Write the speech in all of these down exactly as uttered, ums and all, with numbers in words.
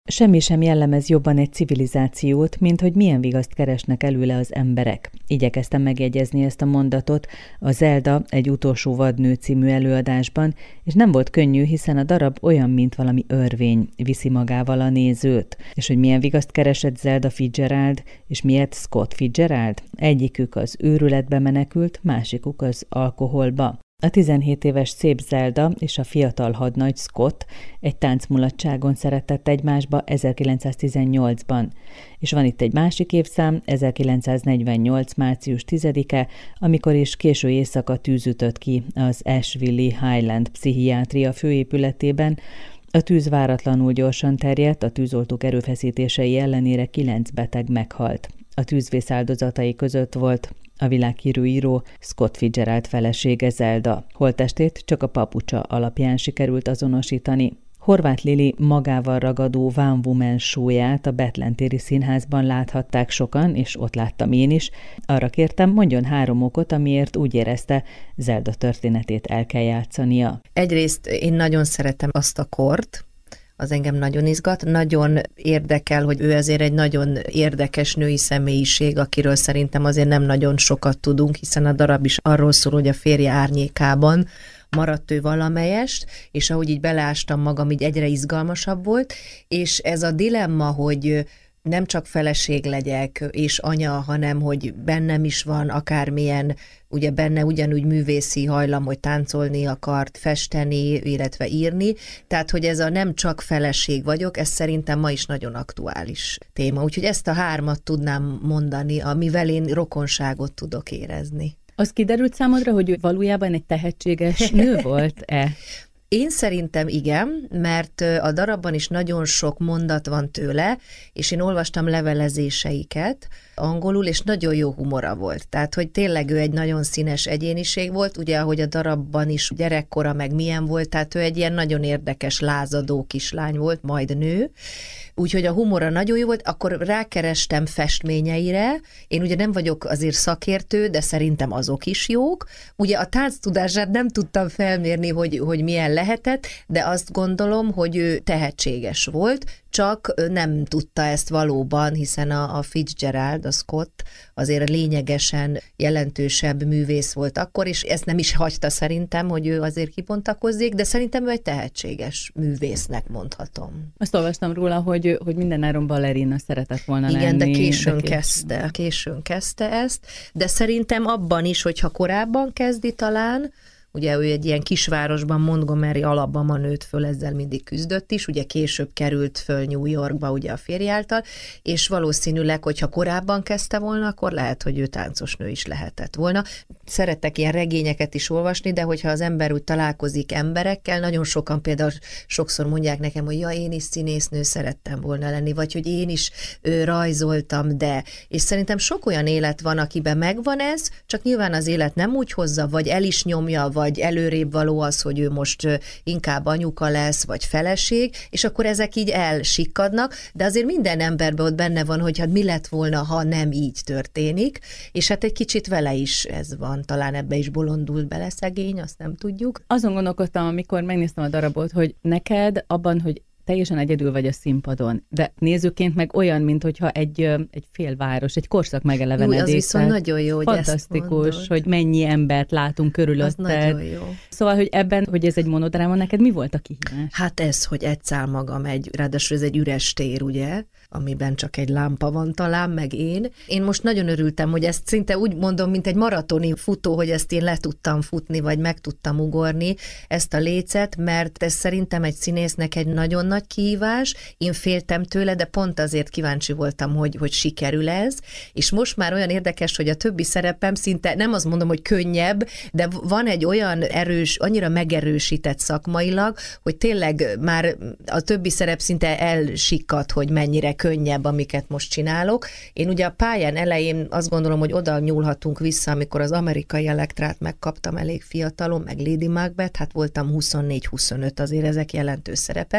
Semmi sem jellemez jobban egy civilizációt, mint hogy milyen vigaszt keresnek előle az emberek. Igyekeztem megjegyezni ezt a mondatot a Zelda egy utolsó vadnő című előadásban, és nem volt könnyű, hiszen a darab olyan, mint valami örvény, viszi magával a nézőt. És hogy milyen vigaszt keresett Zelda Fitzgerald, és miért Scott Fitzgerald? Egyikük az őrületbe menekült, másikuk az alkoholba. A tizenhét éves szép Zelda és a fiatal hadnagy Scott egy táncmulatságon szeretett egymásba ezerkilencszáztizennyolcban. És van itt egy másik évszám, ezerkilencszáznegyvennyolc. március tizedike, amikor is késő éjszaka tűz ütött ki az Asheville-i Highland pszichiátria főépületében. A tűz váratlanul gyorsan terjedt, a tűzoltók erőfeszítései ellenére kilenc beteg meghalt. A tűzvész áldozatai között volt a világhírű író Scott Fitzgerald felesége Zelda. Holttestét csak a papucsa alapján sikerült azonosítani. Horváth Lili magával ragadó One Woman show-ját a Bethlen téri színházban láthatták sokan, és ott láttam én is. Arra kértem, mondjon három okot, amiért úgy érezte, Zelda történetét el kell játszania. Egyrészt én nagyon szeretem azt a kort, az engem nagyon izgat. Nagyon érdekel, hogy ő azért egy nagyon érdekes női személyiség, akiről szerintem azért nem nagyon sokat tudunk, hiszen a darab is arról szól, hogy a férje árnyékában maradt ő valamelyest, és ahogy így beleástam magam, így egyre izgalmasabb volt, és ez a dilemma, hogy nem csak feleség legyek és anya, hanem hogy bennem is van akármilyen, ugye benne ugyanúgy művészi hajlam, hogy táncolni akart, festeni, illetve írni, tehát hogy ez a nem csak feleség vagyok, ez szerintem ma is nagyon aktuális téma, úgyhogy ezt a hármat tudnám mondani, amivel én rokonságot tudok érezni. Az kiderült számodra, hogy ő valójában egy tehetséges nő volt-e? Én szerintem igen, mert a darabban is nagyon sok mondat van tőle, és én olvastam levelezéseiket angolul, és nagyon jó humora volt. Tehát, hogy tényleg ő egy nagyon színes egyéniség volt, ugye, ahogy a darabban is gyerekkora meg milyen volt, tehát ő egy ilyen nagyon érdekes, lázadó kislány volt, majd nő, úgyhogy a humora nagyon jó volt, akkor rákerestem festményeire, én ugye nem vagyok azért szakértő, de szerintem azok is jók. Ugye a tánctudását nem tudtam felmérni, hogy, hogy milyen lehetett, de azt gondolom, hogy ő tehetséges volt, csak nem tudta ezt valóban, hiszen a, a Fitzgerald, a Scott azért lényegesen jelentősebb művész volt akkor, és ezt nem is hagyta szerintem, hogy ő azért kibontakozzék, de szerintem ő egy tehetséges művésznek mondhatom. Azt olvastam róla, hogy, hogy mindenáron balerina szeretett volna Igen, lenni. de későn de későn. kezdte, későn kezdte ezt, de szerintem abban is, hogyha korábban kezdi talán, ugye ő egy ilyen kisvárosban, Montgomery, Alabama nőtt föl, ezzel mindig küzdött is, ugye később került föl New Yorkba ugye a férj által, és valószínűleg, hogyha korábban kezdte volna, akkor lehet, hogy ő táncos nő is lehetett volna. Szerettek ilyen regényeket is olvasni, de hogyha az ember úgy találkozik emberekkel, nagyon sokan például sokszor mondják nekem, hogy ja, én is színésznő szerettem volna lenni, vagy hogy én is ő, rajzoltam, de. És szerintem sok olyan élet van, akiben megvan ez, csak nyilván az élet nem úgy hozza, vagy el is nyomja, vagy előrébb való az, hogy ő most inkább anyuka lesz, vagy feleség, és akkor ezek így elsikkadnak, de azért minden emberben ott benne van, hogy hát mi lett volna, ha nem így történik, és hát egy kicsit vele is ez van, talán ebbe is bolondult bele szegény, azt nem tudjuk. Azon gondolkodtam, amikor megnéztem a darabot, hogy neked abban, hogy teljesen egyedül vagy a színpadon, de nézőként meg olyan, mintha egy, egy félváros, egy korszak megelevenedés. Az viszont nagyon jó, hogy fantasztikus, hogy mennyi embert látunk körülötted. Az nagyon jó. Szóval, hogy ebben, hogy ez egy monodráma, neked mi volt a kihívás? Hát ez, hogy egy szál magam, egy, ráadásul ez egy üres tér, ugye, amiben csak egy lámpa van talán, meg én. Én most nagyon örültem, hogy ezt szinte úgy mondom, mint egy maratoni futó, hogy ezt én le tudtam futni, vagy meg tudtam ugorni, ezt a lécet, mert ez szerintem egy színésznek egy nagyon nagy kihívás. Én féltem tőle, de pont azért kíváncsi voltam, hogy, hogy sikerül ez, és most már olyan érdekes, hogy a többi szerepem szinte, nem azt mondom, hogy könnyebb, de van egy olyan erős, annyira megerősített szakmailag, hogy tényleg már a többi szerep szinte elsikkad, hogy mennyire könnyebb, amiket most csinálok. Én ugye a pályán elején azt gondolom, hogy oda nyúlhatunk vissza, amikor az Amerikai Elektrát megkaptam elég fiatalon, meg Lady Macbeth, hát voltam huszonnégy huszonöt, azért ezek jelentős szerepek,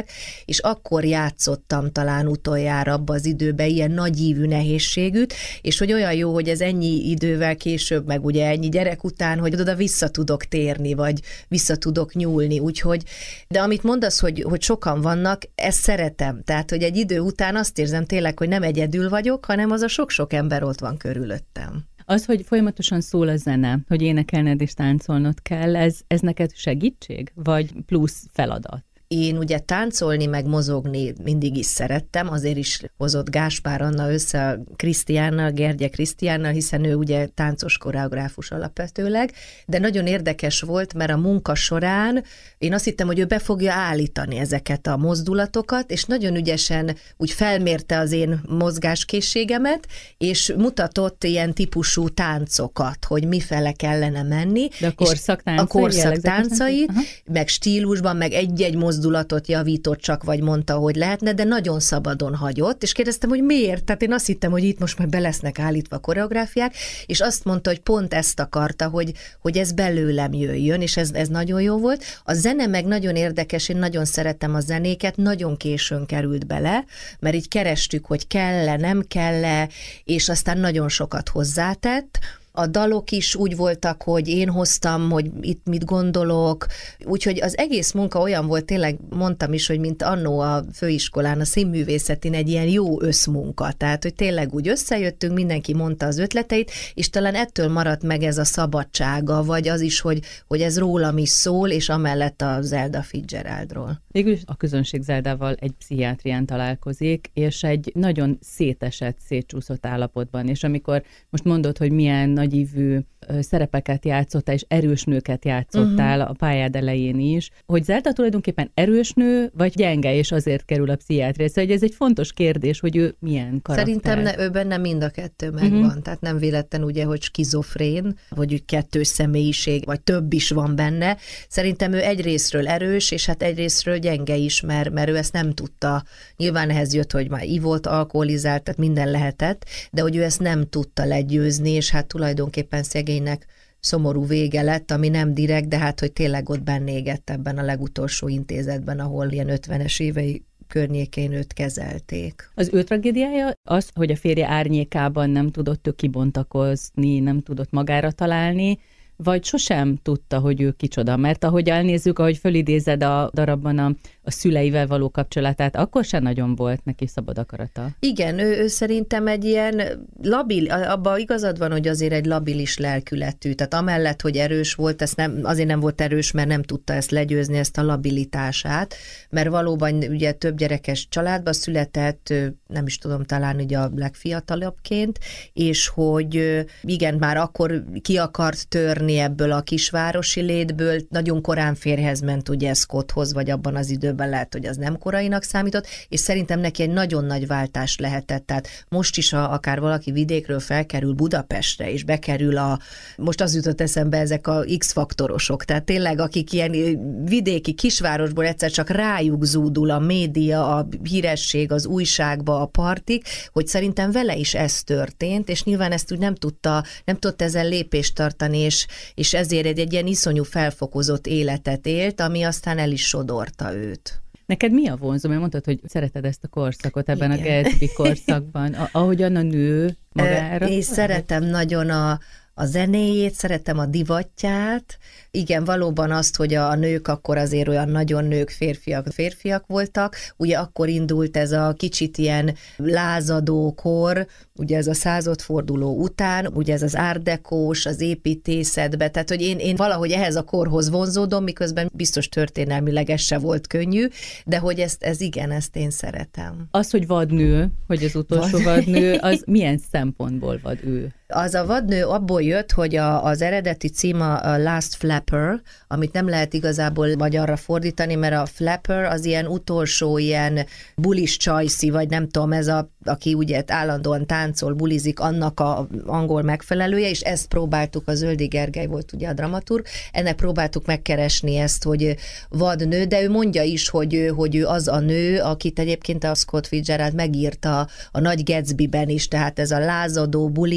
és akkor játszottam talán utoljára abba az időben ilyen nagyívű nehézségűt, és hogy olyan jó, hogy ez ennyi idővel később, meg ugye ennyi gyerek után, hogy oda vissza tudok térni, vagy vissza tudok nyúlni, úgyhogy, de amit mondasz, hogy, hogy sokan vannak, ezt szeretem, tehát, hogy egy idő után azt érzem tényleg, hogy nem egyedül vagyok, hanem az a sok-sok ember ott van körülöttem. Az, hogy folyamatosan szól a zene, hogy énekelned és táncolnod kell, ez, ez neked segítség, vagy plusz feladat? Én ugye táncolni, meg mozogni mindig is szerettem, azért is hozott Gáspár Anna össze a Krisztiánnal, Gergye Krisztiánnal, hiszen ő ugye táncos koreográfus alapvetőleg, de nagyon érdekes volt, mert a munka során én azt hittem, hogy ő be fogja állítani ezeket a mozdulatokat, és nagyon ügyesen úgy felmérte az én mozgáskészségemet, és mutatott ilyen típusú táncokat, hogy mifele kellene menni. De a korszak táncai? A korszak táncait, meg stílusban, meg egy-egy mozdulatot javított csak, vagy mondta, hogy lehetne, de nagyon szabadon hagyott, és kérdeztem, hogy miért? Tehát én azt hittem, hogy itt most már be lesznek állítva a koreográfiák, és azt mondta, hogy pont ezt akarta, hogy, hogy ez belőlem jöjjön, és ez, ez nagyon jó volt. A zene meg nagyon érdekes, én nagyon szeretem a zenéket, nagyon későn került bele, mert így kerestük, hogy kell-e, nem kell-e, és aztán nagyon sokat hozzátett. A dalok is úgy voltak, hogy én hoztam, hogy itt mit gondolok, úgyhogy az egész munka olyan volt, tényleg mondtam is, hogy mint annó a főiskolán, a színművészetén egy ilyen jó összmunka, tehát hogy tényleg úgy összejöttünk, mindenki mondta az ötleteit, és talán ettől maradt meg ez a szabadsága, vagy az is, hogy, hogy ez rólam is szól, és amellett a Zelda Fitzgeraldról. Végül is a közönség Zeldával egy pszichiátrián találkozik, és egy nagyon szétesett, szétcsúszott állapotban, és amikor most mondod, hogy milyen nagyívű szerepeket játszottál, és erős nőket játszottál uh-huh. a pályád elején is, hogy Zelda tulajdonképpen erős nő, vagy gyenge, és azért kerül a pszichiátriára. Szóval ez egy fontos kérdés, hogy ő milyen karakter. Szerintem ne, ő benne mind a kettő megvan. Uh-huh. Tehát nem véletlen ugye, hogy skizofrén, vagy úgy kettős személyiség, vagy több is van benne. Szerintem ő egyrészről erős, és hát egyrészről gyenge is, mert, mert ő ezt nem tudta. Nyilván ehhez jött, hogy már ivott, alkoholizált, tehát minden lehetett, de hogy ő ezt nem tudta legyőzni, és hát tulajdonképpen szegénynek szomorú vége lett, ami nem direkt, de hát, hogy tényleg ott bennégett ebben a legutolsó intézetben, ahol ilyen ötvenes évei környékén őt kezelték. Az ő tragédiája az, hogy a férje árnyékában nem tudott ő kibontakozni, nem tudott magára találni, vagy sosem tudta, hogy ő kicsoda, mert ahogy elnézzük, ahogy fölidézed a darabban a, a szüleivel való kapcsolatát, akkor sem nagyon volt neki szabad akarata. Igen, ő, ő szerintem egy ilyen labil, abban igazad van, hogy azért egy labilis lelkületű, tehát amellett, hogy erős volt, ezt nem, azért nem volt erős, mert nem tudta ezt legyőzni, ezt a labilitását, mert valóban ugye több gyerekes családba született, nem is tudom, talán ugye a legfiatalabbként, és hogy igen, már akkor ki akart törni ebből a kisvárosi létből, nagyon korán férjhez ment ugye Scotthoz, vagy abban az időben lehet, hogy az nem korainak számított, és szerintem neki egy nagyon nagy váltás lehetett. Tehát most is, ha akár valaki vidékről felkerül Budapestre, és bekerül a, most az jutott eszembe ezek a X-faktorosok, tehát tényleg akik ilyen vidéki kisvárosból egyszer csak rájuk zúdul a média, a híresség, az újságba, a partik, hogy szerintem vele is ez történt, és nyilván ezt úgy nem tudta, nem tudta ezzel lépést tartani, és és ezért egy, egy ilyen iszonyú felfokozott életet élt, ami aztán el is sodorta őt. Neked mi a vonzó? Mert mondtad, hogy szereted ezt a korszakot ebben Igen. a Gatsby korszakban, ahogyan a nő magára. Én szeretem nagyon a a zenéjét, szeretem a divatját, igen, valóban azt, hogy a nők akkor azért olyan nagyon nők, férfiak, férfiak voltak, ugye akkor indult ez a kicsit ilyen lázadó kor, ugye ez a századforduló után, ugye ez az art décós, az építészetbe, tehát hogy én, én valahogy ehhez a korhoz vonzódom, miközben biztos történelmileg ez se volt könnyű, de hogy ezt, ez igen, ezt én szeretem. Az, hogy vadnő, hogy az utolsó Vad... vadnő, az milyen szempontból vad ő? Az a vadnő abból jött, hogy a, az eredeti cím a Last Flapper, amit nem lehet igazából magyarra fordítani, mert a flapper az ilyen utolsó, ilyen bulis csajszi, vagy nem tudom, ez a, aki ugye állandóan táncol, bulizik, annak a angol megfelelője, és ezt próbáltuk, a Zöldi Gergely volt ugye a dramaturg, ennek próbáltuk megkeresni ezt, hogy vadnő, de ő mondja is, hogy, hogy ő az a nő, akit egyébként a Scott Fitzgerald megírta a Nagy Gatsbyben is, tehát ez a lázadó, bulizó,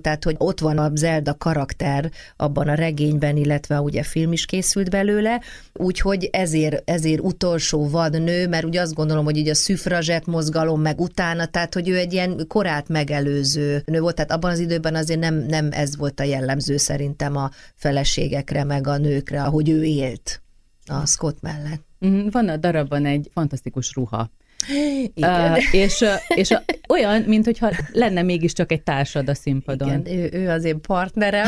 tehát hogy ott van a Zelda karakter abban a regényben, illetve ugye film is készült belőle, úgyhogy ezért, ezért utolsó vadnő, mert ugye azt gondolom, hogy így a szüfrazsett mozgalom meg utána, tehát hogy ő egy ilyen korát megelőző nő volt, tehát abban az időben azért nem, nem ez volt a jellemző szerintem a feleségekre, meg a nőkre, ahogy ő élt a Scott mellett. Van a darabban egy fantasztikus ruha. Uh, és és a, olyan, mintha lenne mégiscsak egy társad a színpadon. Igen, ő, ő az én partnerem.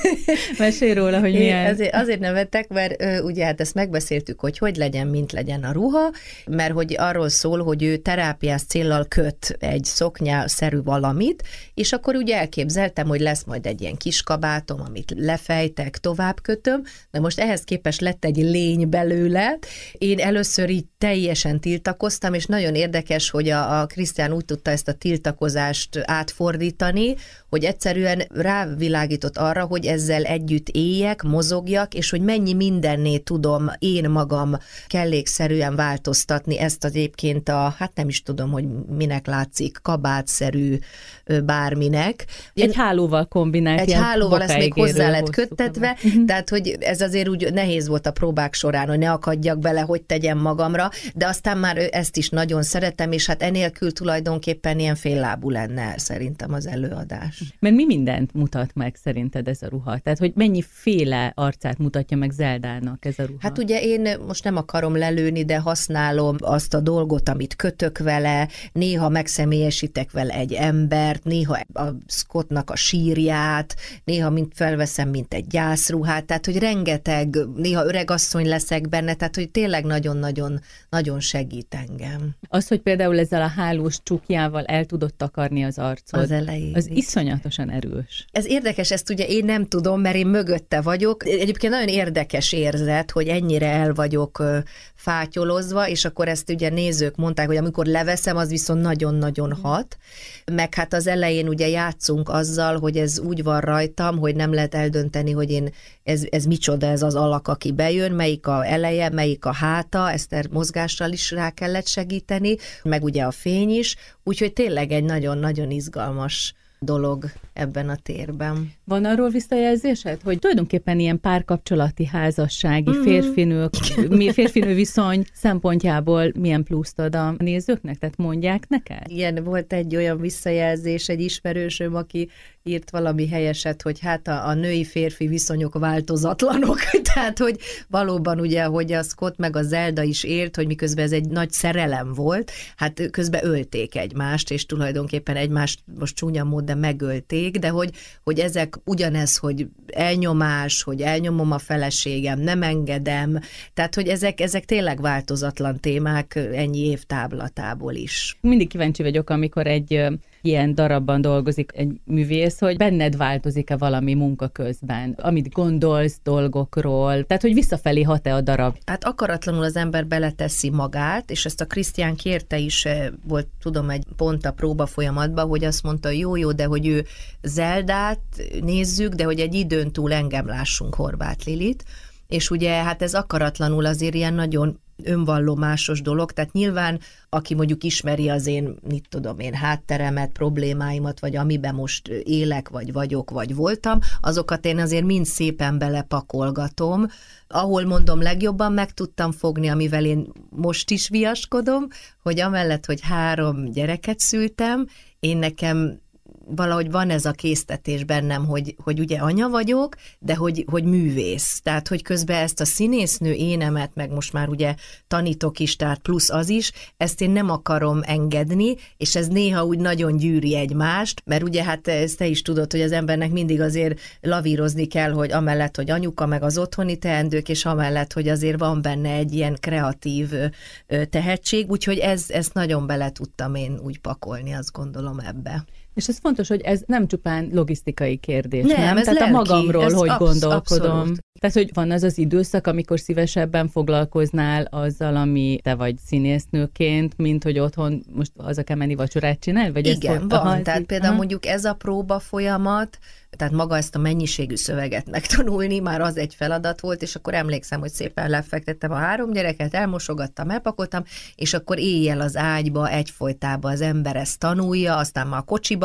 Mesélj róla, hogy milyen. Én azért, azért nevettek, mert ő, ugye hát ezt megbeszéltük, hogy hogy legyen, mint legyen a ruha, mert hogy arról szól, hogy ő terápiás céllal köt egy szoknyászerű valamit, és akkor ugye elképzeltem, hogy lesz majd egy ilyen kis kabátom, amit lefejtek, tovább kötöm, de most ehhez képest lett egy lény belőle. Én először így teljesen tiltakoztam, és nagyon érdekes, hogy a, a Krisztián úgy tudta ezt a tiltakozást átfordítani, hogy egyszerűen rávilágított arra, hogy ezzel együtt éljek, mozogjak, és hogy mennyi mindenné tudom én magam kellékszerűen változtatni ezt az egyébként a, hát nem is tudom, hogy minek látszik, kabátszerű bárminek. Egy hálóval kombinált. Egy hálóval ezt még hozzá lett köttetve, tehát hogy ez azért úgy nehéz volt a próbák során, hogy ne akadjak bele, hogy tegyem magamra, de aztán már ezt is nagyon szeretem, és hát enélkül tulajdonképpen ilyen féllábú lenne szerintem az előadás. Mert mi mindent mutat meg szerinted ez a ruha? Tehát, hogy mennyiféle arcát mutatja meg Zeldának ez a ruha? Hát ugye én most nem akarom lelőni, de használom azt a dolgot, amit kötök vele, néha megszemélyesítek vele egy embert, néha a Scottnak a sírját, néha mint felveszem, mint egy gyászruhát, tehát, hogy rengeteg, néha öregasszony leszek benne, tehát, hogy tényleg nagyon-nagyon nagyon segít engem. Az, hogy például ezzel a hálós csukjával el tudod takarni az arcod, az elején. Az iszonyatosan erős. Ez érdekes, ezt ugye én nem tudom, mert én mögötte vagyok. Egyébként nagyon érdekes érzet, hogy ennyire el vagyok fátyolozva, és akkor ezt ugye nézők mondták, hogy amikor leveszem, az viszont nagyon-nagyon hat. Meg hát az elején ugye játszunk azzal, hogy ez úgy van rajtam, hogy nem lehet eldönteni, hogy én ez, ez micsoda ez az alak, aki bejön, melyik a eleje, melyik a háta, ezt a mozgással is rá kellett segíteni, meg ugye a fény is, úgyhogy tényleg egy nagyon-nagyon izgalmas dolog ebben a térben. Van arról visszajelzésed, hogy tulajdonképpen ilyen párkapcsolati, házassági, mm-hmm. férfinő, férfinő viszony szempontjából milyen pluszt ad a nézőknek? Tehát mondják neked? Igen, volt egy olyan visszajelzés, egy ismerősöm, aki írt valami helyeset, hogy hát a, a női-férfi viszonyok változatlanok. Tehát, hogy valóban ugye, hogy a Scott meg a Zelda is ért, hogy miközben ez egy nagy szerelem volt, hát közben ölték egymást, és tulajdonképpen egymást most csúnya mód, de megölték, de hogy, hogy ezek ugyanez, hogy elnyomás, hogy elnyomom a feleségem, nem engedem, tehát, hogy ezek, ezek tényleg változatlan témák ennyi év táblatából is. Mindig kíváncsi vagyok, amikor egy ilyen darabban dolgozik egy művész, hogy benned változik-e valami munka közben, amit gondolsz dolgokról, tehát, hogy visszafelé hat-e a darab? Hát akaratlanul az ember beleteszi magát, és ezt a Krisztián kérte is, volt tudom egy pont a próba folyamatban, hogy azt mondta, jó-jó, de hogy ő Zeldát nézzük, de hogy egy időn túl engem lássunk, Horváth Lilit, és ugye hát ez akaratlanul azért ilyen nagyon önvallomásos dolog, tehát nyilván, aki mondjuk ismeri az én, mit tudom én, hátteremet, problémáimat, vagy amiben most élek, vagy vagyok, vagy voltam, azokat én azért mind szépen belepakolgatom, ahol mondom legjobban meg tudtam fogni, amivel én most is viaskodom, hogy amellett, hogy három gyereket szültem, én nekem valahogy van ez a késztetés bennem, hogy, hogy ugye anya vagyok, de hogy, hogy művész. Tehát, hogy közben ezt a színésznő énemet, meg most már ugye tanítok is, tehát plusz az is, ezt én nem akarom engedni, és ez néha úgy nagyon gyűri egymást, mert ugye hát ezt te is tudod, hogy az embernek mindig azért lavírozni kell, hogy amellett, hogy anyuka, meg az otthoni teendők, és amellett, hogy azért van benne egy ilyen kreatív tehetség, úgyhogy ez, ezt nagyon bele tudtam én úgy pakolni, azt gondolom ebbe. És ez fontos, hogy ez nem csupán logisztikai kérdés, nem? nem? Ez Tehát lelki, a magamról, hogy absz- gondolkodom. Abszolút. Tehát, hogy van az az időszak, amikor szívesebben foglalkoznál azzal, ami te vagy színésznőként, mint hogy otthon most haza kell menni vacsorát csinálni? Vagy igen, ezt, van. aha, Tehát például aha. mondjuk ez a próba folyamat, tehát maga ezt a mennyiségű szöveget megtanulni, már az egy feladat volt, és akkor emlékszem, hogy szépen lefektettem a három gyereket, elmosogattam, elpakoltam, és akkor éjjel az ágyba egyfolytában az ember ezt tanulja, aztán már a kocsiba mondja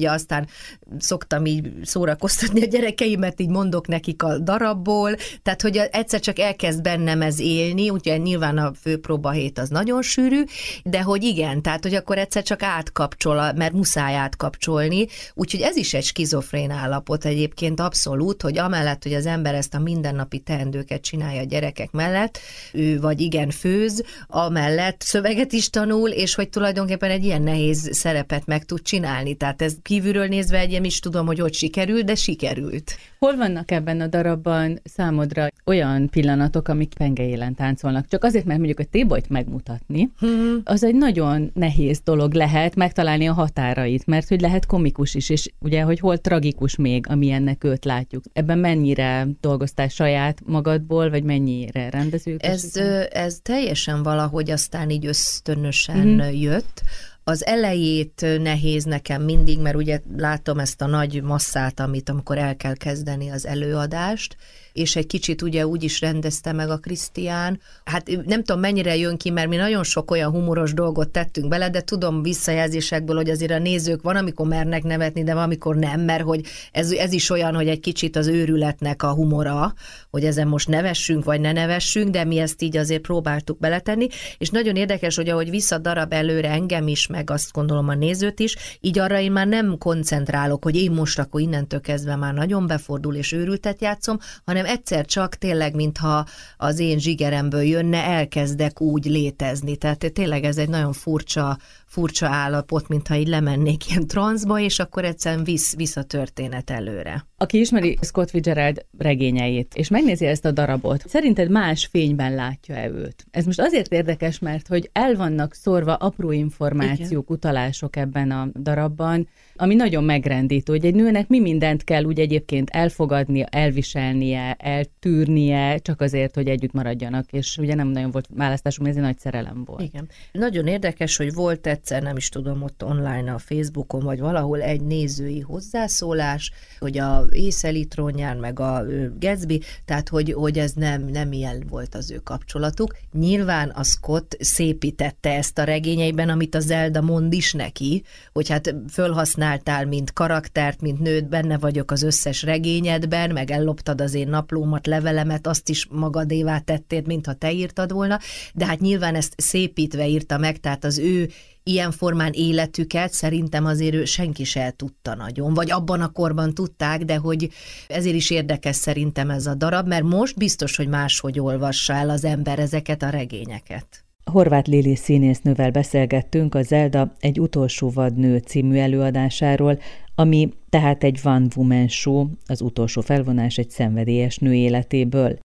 írja, aztán szoktam így szórakoztatni a gyerekeimet, így mondok nekik a darabból, tehát hogy egyszer csak elkezd bennem ez élni, ugye nyilván a főpróbahét az nagyon sűrű, de hogy igen, tehát hogy akkor egyszer csak átkapcsol, mert muszáj átkapcsolni, úgyhogy ez is egy skizofrén állapot egyébként abszolút, hogy amellett, hogy az ember ezt a mindennapi teendőket csinálja a gyerekek mellett, ő vagy igen főz, amellett szöveget is tanul, és hogy tulajdonképpen egy ilyen nehéz szerepet meg tud csinálni. Tehát ez kívülről nézve egy, nem is tudom, hogy hogy sikerült, de sikerült. Hol vannak ebben a darabban számodra olyan pillanatok, amik pengeélen táncolnak? Csak azért, mert mondjuk a Tébolyt megmutatni, hmm. az egy nagyon nehéz dolog lehet megtalálni a határait, mert hogy lehet komikus is, és ugye, hogy hol tragikus még, amilyennek őt látjuk. Ebben mennyire dolgoztál saját magadból, vagy mennyire rendezők? Ez, ez teljesen valahogy aztán így ösztönösen hmm. jött. Az elejét nehéz nekem mindig, mert ugye látom ezt a nagy masszát, amit amikor el kell kezdeni az előadást, és egy kicsit ugye úgy is rendezte meg a Krisztián. Hát nem tudom, mennyire jön ki, mert mi nagyon sok olyan humoros dolgot tettünk bele, de tudom visszajelzésekből, hogy azért a nézők van, amikor mernek nevetni, de van, amikor nem, mert hogy ez, ez is olyan, hogy egy kicsit az őrületnek a humora, hogy ezen most nevessünk, vagy ne nevessünk, de mi ezt így azért próbáltuk beletenni, és nagyon érdekes, hogy ahogy vissza darab előre engem is, meg azt gondolom a nézőt is, így arra én már nem koncentrálok, hogy én most akkor innentől kezdve már nagyon befordul és őrültet játszom, hanem egyszer csak tényleg, mintha az én zsigeremből jönne, elkezdek úgy létezni. Tehát tényleg ez egy nagyon furcsa, furcsa állapot, mintha így lemennék ilyen transzba, és akkor egyszerűen visz, visz a történet előre. Aki ismeri Scott Fitzgerald regényeit, és megnézi ezt a darabot, szerinted más fényben látja-e őt? Ez most azért érdekes, mert hogy el vannak szórva apró információk, igen, utalások ebben a darabban, ami nagyon megrendítő, hogy egy nőnek mi mindent kell úgy egyébként elfogadnia, elviselnie, eltűrnie, csak azért, hogy együtt maradjanak, és ugye nem nagyon volt választásunk, ez egy nagy szerelem volt. Igen. Nagyon érdekes, hogy volt egyszer, nem is tudom, ott online a Facebookon, vagy valahol egy nézői hozzászólás, hogy a Észeli-trónján, meg a Gatsby, tehát hogy, hogy ez nem, nem ilyen volt az ő kapcsolatuk. Nyilván a Scott szépítette ezt a regényeiben, amit a Zelda mond is neki, hogy hát fölhasználtál, mint karaktert, mint nőt, benne vagyok az összes regényedben, meg elloptad az én naplómat, levelemet, azt is magadévá tettéd, mintha te írtad volna, de hát nyilván ezt szépítve írta meg, tehát az ő ilyen formán életüket szerintem azért ő senki se tudta nagyon, vagy abban a korban tudták, de hogy ezért is érdekes szerintem ez a darab, mert most biztos, hogy máshogy olvassa el az ember ezeket a regényeket. Horváth Lili színésznővel beszélgettünk a Zelda egy utolsó vadnő című előadásáról, ami tehát egy one woman show, az utolsó felvonás egy szenvedélyes nő életéből.